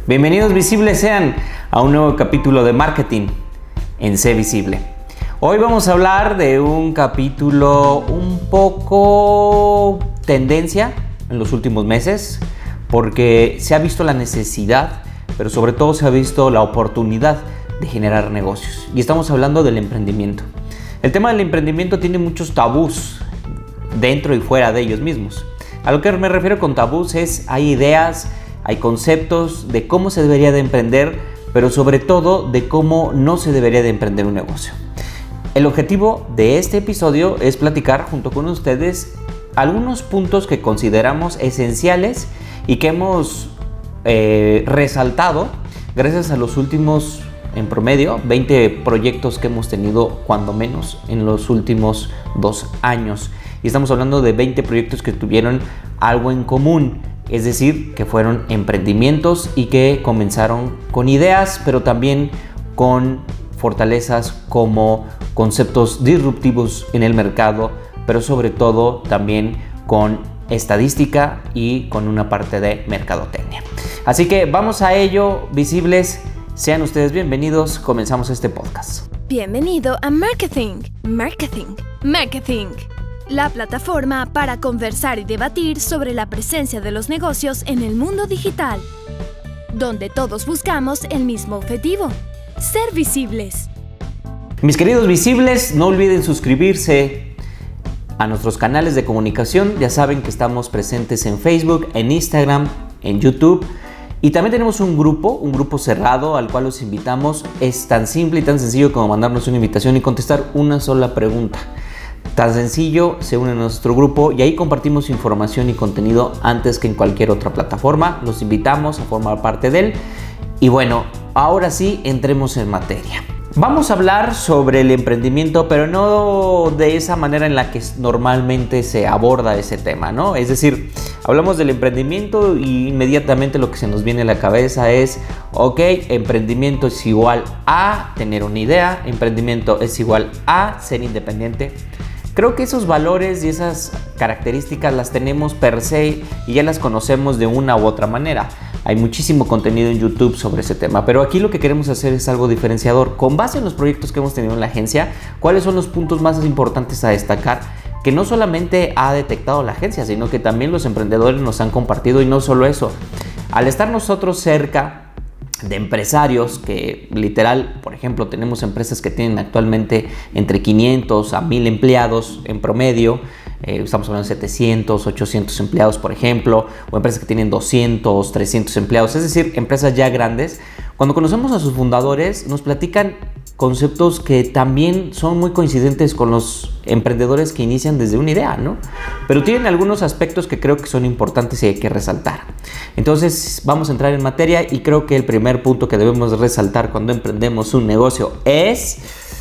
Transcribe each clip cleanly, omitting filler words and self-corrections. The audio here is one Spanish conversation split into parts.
Bienvenidos visibles sean a un nuevo capítulo de marketing en Sé Visible. Hoy vamos a hablar de un capítulo un poco tendencia en los últimos meses porque se ha visto la necesidad, pero sobre todo se ha visto la oportunidad de generar negocios. Y estamos hablando del emprendimiento. El tema del emprendimiento tiene muchos tabús dentro y fuera de ellos mismos. A lo que me refiero con tabús es, hay ideas, hay conceptos de cómo se debería de emprender, pero sobre todo de cómo no se debería de emprender un negocio. El objetivo de este episodio es platicar junto con ustedes algunos puntos que consideramos esenciales y que hemos resaltado gracias a los últimos, en promedio, 20 proyectos que hemos tenido cuando menos en los últimos 2 años. Y estamos hablando de 20 proyectos que tuvieron algo en común. Es decir, que fueron emprendimientos y que comenzaron con ideas, pero también con fortalezas como conceptos disruptivos en el mercado, pero sobre todo también con estadística y con una parte de mercadotecnia. Así que vamos a ello, visibles. Sean ustedes bienvenidos. Comenzamos este podcast. Bienvenido a Marketing, la plataforma para conversar y debatir sobre la presencia de los negocios en el mundo digital, donde todos buscamos el mismo objetivo: ser visibles. Mis queridos visibles, no olviden suscribirse a nuestros canales de comunicación. Ya saben que estamos presentes en Facebook, en Instagram, en YouTube. Y también tenemos un grupo cerrado al cual los invitamos. Es tan simple y tan sencillo como mandarnos una invitación y contestar una sola pregunta. Tan sencillo, se unen a nuestro grupo y ahí compartimos información y contenido antes que en cualquier otra plataforma. Los invitamos a formar parte de él. Y bueno, ahora sí, entremos en materia. Vamos a hablar sobre el emprendimiento, pero no de esa manera en la que normalmente se aborda ese tema, ¿no? Es decir, hablamos del emprendimiento y inmediatamente lo que se nos viene a la cabeza es, ok, emprendimiento es igual a tener una idea, emprendimiento es igual a ser independiente. Creo que esos valores y esas características las tenemos per se y ya las conocemos de una u otra manera. Hay muchísimo contenido en YouTube sobre ese tema, pero aquí lo que queremos hacer es algo diferenciador. Con base en los proyectos que hemos tenido en la agencia, ¿cuáles son los puntos más importantes a destacar que no solamente ha detectado la agencia, sino que también los emprendedores nos han compartido? Y no solo eso, al estar nosotros cerca de empresarios que literal, por ejemplo, tenemos empresas que tienen actualmente entre 500 a 1000 empleados en promedio, estamos hablando de 700, 800 empleados, por ejemplo, o empresas que tienen 200, 300 empleados, es decir, empresas ya grandes. Cuando conocemos a sus fundadores, nos platican conceptos que también son muy coincidentes con los emprendedores que inician desde una idea, ¿no? Pero tienen algunos aspectos que creo que son importantes y hay que resaltar. Entonces vamos a entrar en materia y creo que el primer punto que debemos resaltar cuando emprendemos un negocio es,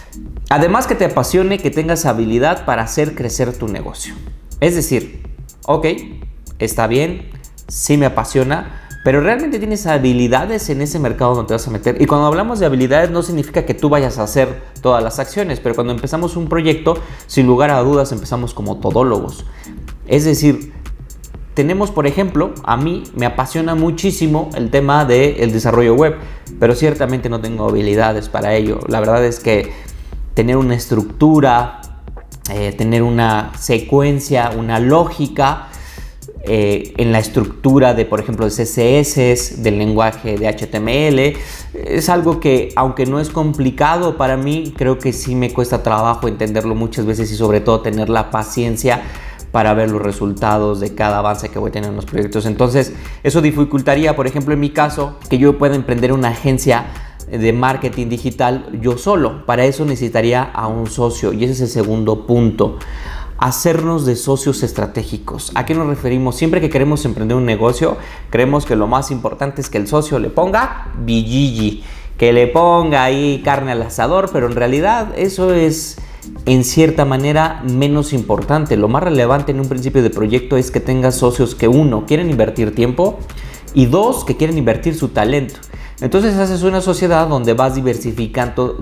además que te apasione, que tengas habilidad para hacer crecer tu negocio. Es decir, ok, está bien, sí me apasiona, pero realmente tienes habilidades en ese mercado donde te vas a meter. Y cuando hablamos de habilidades no significa que tú vayas a hacer todas las acciones, pero cuando empezamos un proyecto, sin lugar a dudas empezamos como todólogos. Es decir, tenemos, por ejemplo, a mí me apasiona muchísimo el tema del desarrollo web, pero ciertamente no tengo habilidades para ello. La verdad es que tener una estructura, tener una secuencia, una lógica, en la estructura de, por ejemplo, de CSS, del lenguaje de HTML, es algo que, aunque no es complicado para mí, creo que sí me cuesta trabajo entenderlo muchas veces y sobre todo tener la paciencia para ver los resultados de cada avance que voy a tener en los proyectos. Entonces, eso dificultaría, por ejemplo, en mi caso, que yo pueda emprender una agencia de marketing digital yo solo. Para eso necesitaría a un socio y ese es el segundo punto. Hacernos de socios estratégicos. ¿A qué nos referimos? Siempre que queremos emprender un negocio, creemos que lo más importante es que el socio le ponga billigi, que le ponga ahí carne al asador, pero en realidad eso es en cierta manera menos importante. Lo más relevante en un principio de proyecto es que tengas socios que, uno, quieren invertir tiempo y dos, que quieren invertir su talento. Entonces haces una sociedad donde vas diversificando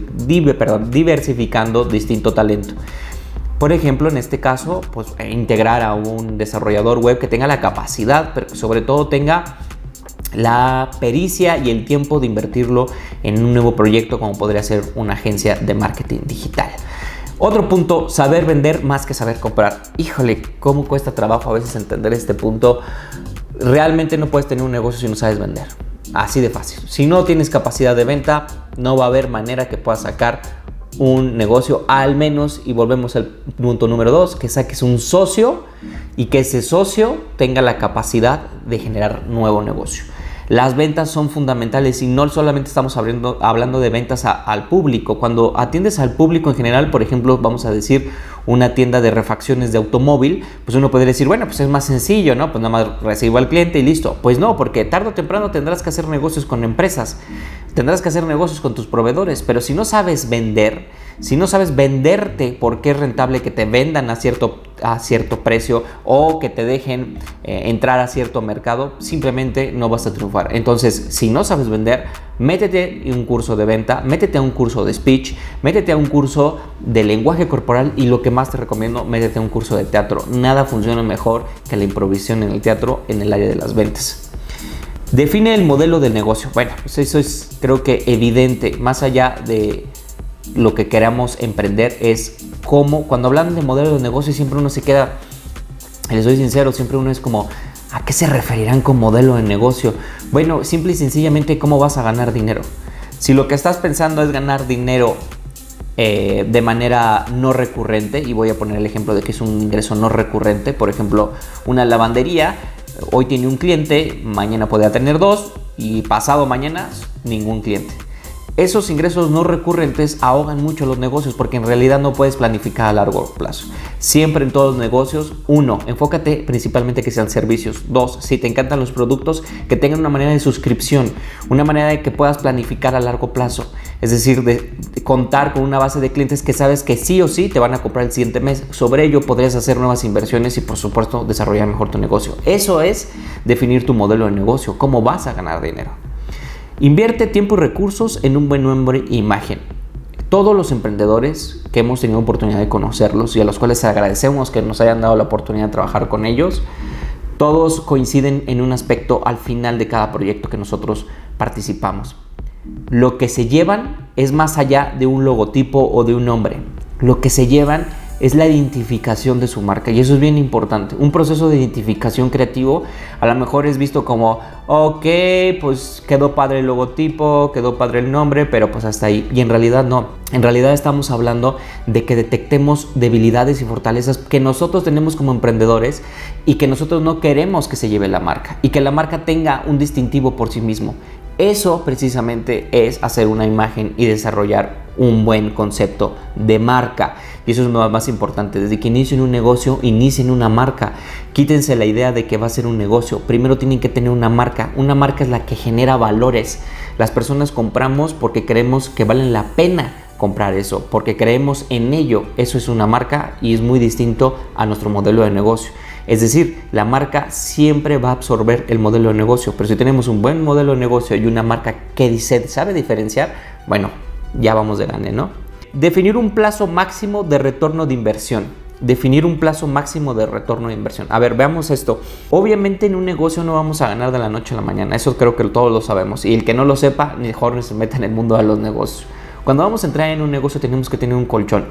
distinto talento. Por ejemplo, en este caso, pues integrar a un desarrollador web que tenga la capacidad, pero que sobre todo tenga la pericia y el tiempo de invertirlo en un nuevo proyecto como podría ser una agencia de marketing digital. Otro punto, saber vender más que saber comprar. Híjole, cómo cuesta trabajo a veces entender este punto. Realmente no puedes tener un negocio si no sabes vender. Así de fácil. Si no tienes capacidad de venta, no va a haber manera que puedas sacar un negocio, al menos, y volvemos al punto número 2, que saques un socio y que ese socio tenga la capacidad de generar nuevo negocio. Las ventas son fundamentales y no solamente estamos hablando de ventas al público. Cuando atiendes al público en general, por ejemplo, vamos a decir una tienda de refacciones de automóvil, pues uno podría decir, bueno, pues es más sencillo, ¿no? Pues nada más recibo al cliente y listo. Pues no, porque tarde o temprano tendrás que hacer negocios con empresas, tendrás que hacer negocios con tus proveedores, pero si no sabes vender, si no sabes venderte porque es rentable que te vendan a cierto precio o que te dejen entrar a cierto mercado, simplemente no vas a triunfar. Entonces, si no sabes vender, métete en un curso de venta, métete a un curso de speech, métete a un curso de lenguaje corporal y lo que más te recomiendo, métete a un curso de teatro. Nada funciona mejor que la improvisación en el teatro en el área de las ventas. Define el modelo de negocio. Bueno, pues eso es, creo que evidente, más allá de lo que queramos emprender, es cómo, cuando hablan de modelo de negocio, siempre uno se queda, les soy sincero, siempre uno es como, ¿a qué se referirán con modelo de negocio? Bueno, simple y sencillamente, ¿cómo vas a ganar dinero? Si lo que estás pensando es ganar dinero de manera no recurrente, y voy a poner el ejemplo de que es un ingreso no recurrente, por ejemplo, una lavandería, hoy tiene un cliente, mañana podría tener 2 y pasado mañana ningún cliente. Esos ingresos no recurrentes ahogan mucho los negocios porque en realidad no puedes planificar a largo plazo. Siempre en todos los negocios, 1, enfócate principalmente que sean servicios. 2, si te encantan los productos, que tengan una manera de suscripción, una manera de que puedas planificar a largo plazo. Es decir, de contar con una base de clientes que sabes que sí o sí te van a comprar el siguiente mes. Sobre ello podrías hacer nuevas inversiones y por supuesto desarrollar mejor tu negocio. Eso es definir tu modelo de negocio, cómo vas a ganar dinero. Invierte tiempo y recursos en un buen nombre e imagen. Todos los emprendedores que hemos tenido oportunidad de conocerlos y a los cuales agradecemos que nos hayan dado la oportunidad de trabajar con ellos, todos coinciden en un aspecto al final de cada proyecto que nosotros participamos. Lo que se llevan es más allá de un logotipo o de un nombre. Lo que se llevan es la identificación de su marca y eso es bien importante. Un proceso de identificación creativo a lo mejor es visto como, ok, pues quedó padre el logotipo, quedó padre el nombre, pero pues hasta ahí. Y en realidad no. En realidad estamos hablando de que detectemos debilidades y fortalezas que nosotros tenemos como emprendedores y que nosotros no queremos que se lleve la marca y que la marca tenga un distintivo por sí mismo. Eso precisamente es hacer una imagen y desarrollar un buen concepto de marca. Y eso es lo más importante. Desde que inicien un negocio, inicien una marca. Quítense la idea de que va a ser un negocio. Primero tienen que tener una marca. Una marca es la que genera valores. Las personas compramos porque creemos que valen la pena comprar eso, porque creemos en ello. Eso es una marca y es muy distinto a nuestro modelo de negocio. Es decir, la marca siempre va a absorber el modelo de negocio, pero si tenemos un buen modelo de negocio y una marca que se sabe diferenciar, bueno, ya vamos de gane, ¿no? Definir un plazo máximo de retorno de inversión. Definir un plazo máximo de retorno de inversión. A ver, veamos esto. Obviamente en un negocio no vamos a ganar de la noche a la mañana, eso creo que todos lo sabemos, y el que no lo sepa, mejor no se meta en el mundo de los negocios. Cuando vamos a entrar en un negocio tenemos que tener un colchón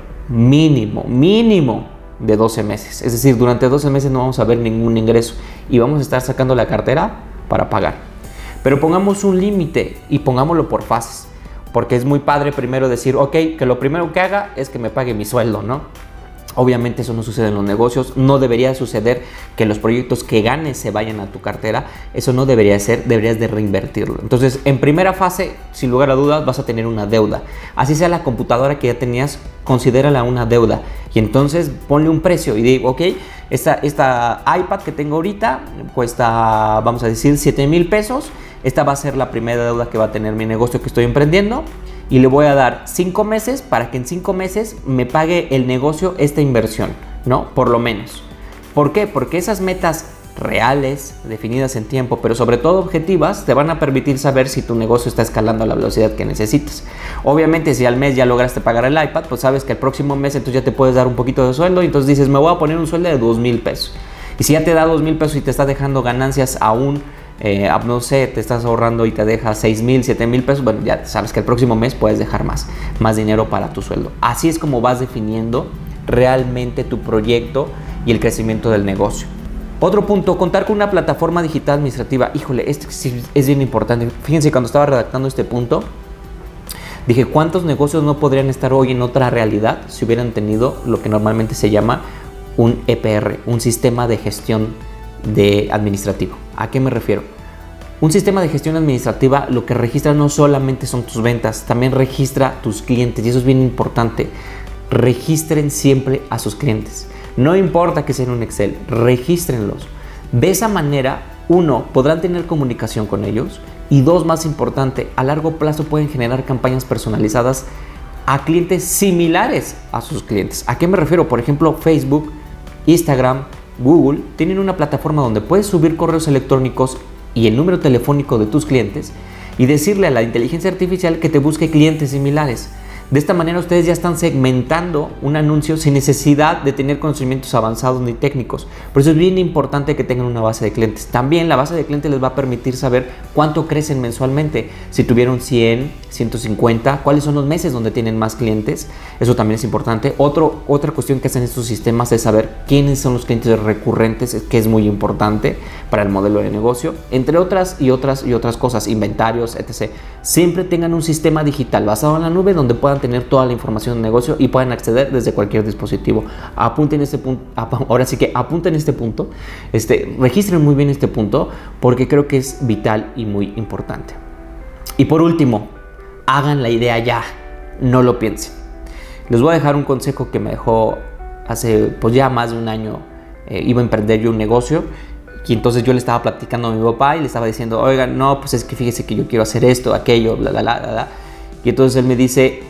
mínimo de 12 meses. Es decir, durante 12 meses no vamos a ver ningún ingreso y vamos a estar sacando la cartera para pagar. Pero pongamos un límite y pongámoslo por fases, porque es muy padre primero decir, ok, que lo primero que haga es que me pague mi sueldo, ¿no? Obviamente eso no sucede en los negocios, no debería suceder que los proyectos que ganes se vayan a tu cartera, eso no debería ser, deberías de reinvertirlo. Entonces, en primera fase, sin lugar a dudas, vas a tener una deuda. Así sea la computadora que ya tenías, considérala una deuda. Y entonces ponle un precio y digo, ok, esta iPad que tengo ahorita cuesta, vamos a decir, 7,000 pesos. Esta va a ser la primera deuda que va a tener mi negocio que estoy emprendiendo. Y le voy a dar 5 meses para que en 5 meses me pague el negocio esta inversión, ¿no? Por lo menos. ¿Por qué? Porque esas metas reales, definidas en tiempo, pero sobre todo objetivas, te van a permitir saber si tu negocio está escalando a la velocidad que necesitas. Obviamente, si al mes ya lograste pagar el iPad, pues sabes que el próximo mes entonces ya te puedes dar un poquito de sueldo y entonces dices, me voy a poner un sueldo de 2,000 pesos. Y si ya te da 2,000 pesos y te está dejando ganancias aún no sé, te estás ahorrando y te deja 6,000, 7,000 pesos, bueno, ya sabes que el próximo mes puedes dejar más dinero para tu sueldo. Así es como vas definiendo realmente tu proyecto y el crecimiento del negocio. Otro punto, contar con una plataforma digital administrativa. Híjole, esto sí es bien importante. Fíjense, cuando estaba redactando este punto, dije, ¿cuántos negocios no podrían estar hoy en otra realidad si hubieran tenido lo que normalmente se llama un EPR, un sistema de gestión administrativo? ¿A qué me refiero? Un sistema de gestión administrativa lo que registra no solamente son tus ventas, también registra tus clientes, y eso es bien importante. Registren siempre a sus clientes. No importa que sea en un Excel, regístrenlos. De esa manera, 1, podrán tener comunicación con ellos, y 2, más importante, a largo plazo pueden generar campañas personalizadas a clientes similares a sus clientes. ¿A qué me refiero? Por ejemplo, Facebook, Instagram, Google tienen una plataforma donde puedes subir correos electrónicos y el número telefónico de tus clientes y decirle a la inteligencia artificial que te busque clientes similares. De esta manera ustedes ya están segmentando un anuncio sin necesidad de tener conocimientos avanzados ni técnicos. Por eso es bien importante que tengan una base de clientes. También la base de clientes les va a permitir saber cuánto crecen mensualmente. Si tuvieron 100, 150, cuáles son los meses donde tienen más clientes. Eso también es importante. Otra cuestión que hacen estos sistemas es saber quiénes son los clientes recurrentes, que es muy importante para el modelo de negocio. Entre otras cosas, inventarios, etc. Siempre tengan un sistema digital basado en la nube donde puedan tener toda la información del negocio y puedan acceder desde cualquier dispositivo. Apunten este punto, ahora sí que apunten este punto, registren muy bien este punto porque creo que es vital y muy importante. Y por último, hagan la idea ya, no lo piensen. Les voy a dejar un consejo que me dejó hace pues ya más de un año. Iba a emprender yo un negocio y entonces yo le estaba platicando a mi papá y le estaba diciendo, oiga, no, pues es que fíjese que yo quiero hacer esto, aquello, bla, bla, bla, bla, bla. Y entonces él me dice,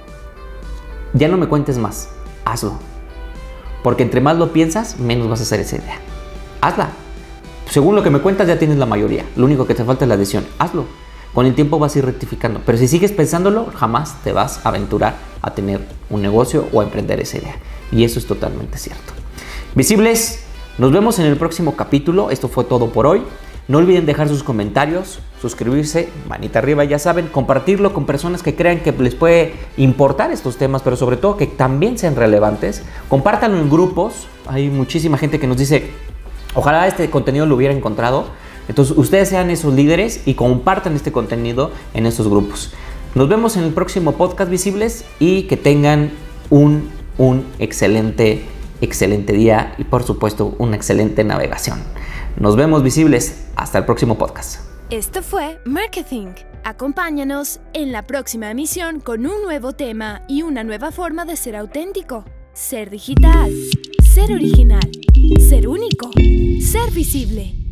ya no me cuentes más, hazlo. Porque entre más lo piensas, menos vas a hacer esa idea. Hazla. Según lo que me cuentas, ya tienes la mayoría. Lo único que te falta es la decisión. Hazlo. Con el tiempo vas a ir rectificando. Pero si sigues pensándolo, jamás te vas a aventurar a tener un negocio o a emprender esa idea. Y eso es totalmente cierto. Visibles, nos vemos en el próximo capítulo. Esto fue todo por hoy. No olviden dejar sus comentarios, suscribirse, manita arriba, ya saben, compartirlo con personas que crean que les puede importar estos temas, pero sobre todo que también sean relevantes. Compártanlo en grupos. Hay muchísima gente que nos dice, ojalá este contenido lo hubiera encontrado. Entonces, ustedes sean esos líderes y compartan este contenido en estos grupos. Nos vemos en el próximo podcast, Visibles, y que tengan un excelente día y, por supuesto, una excelente navegación. Nos vemos, Visibles. Hasta el próximo podcast. Esto fue Marketing. Acompáñanos en la próxima emisión con un nuevo tema y una nueva forma de ser auténtico. Ser digital. Ser original. Ser único. Ser visible.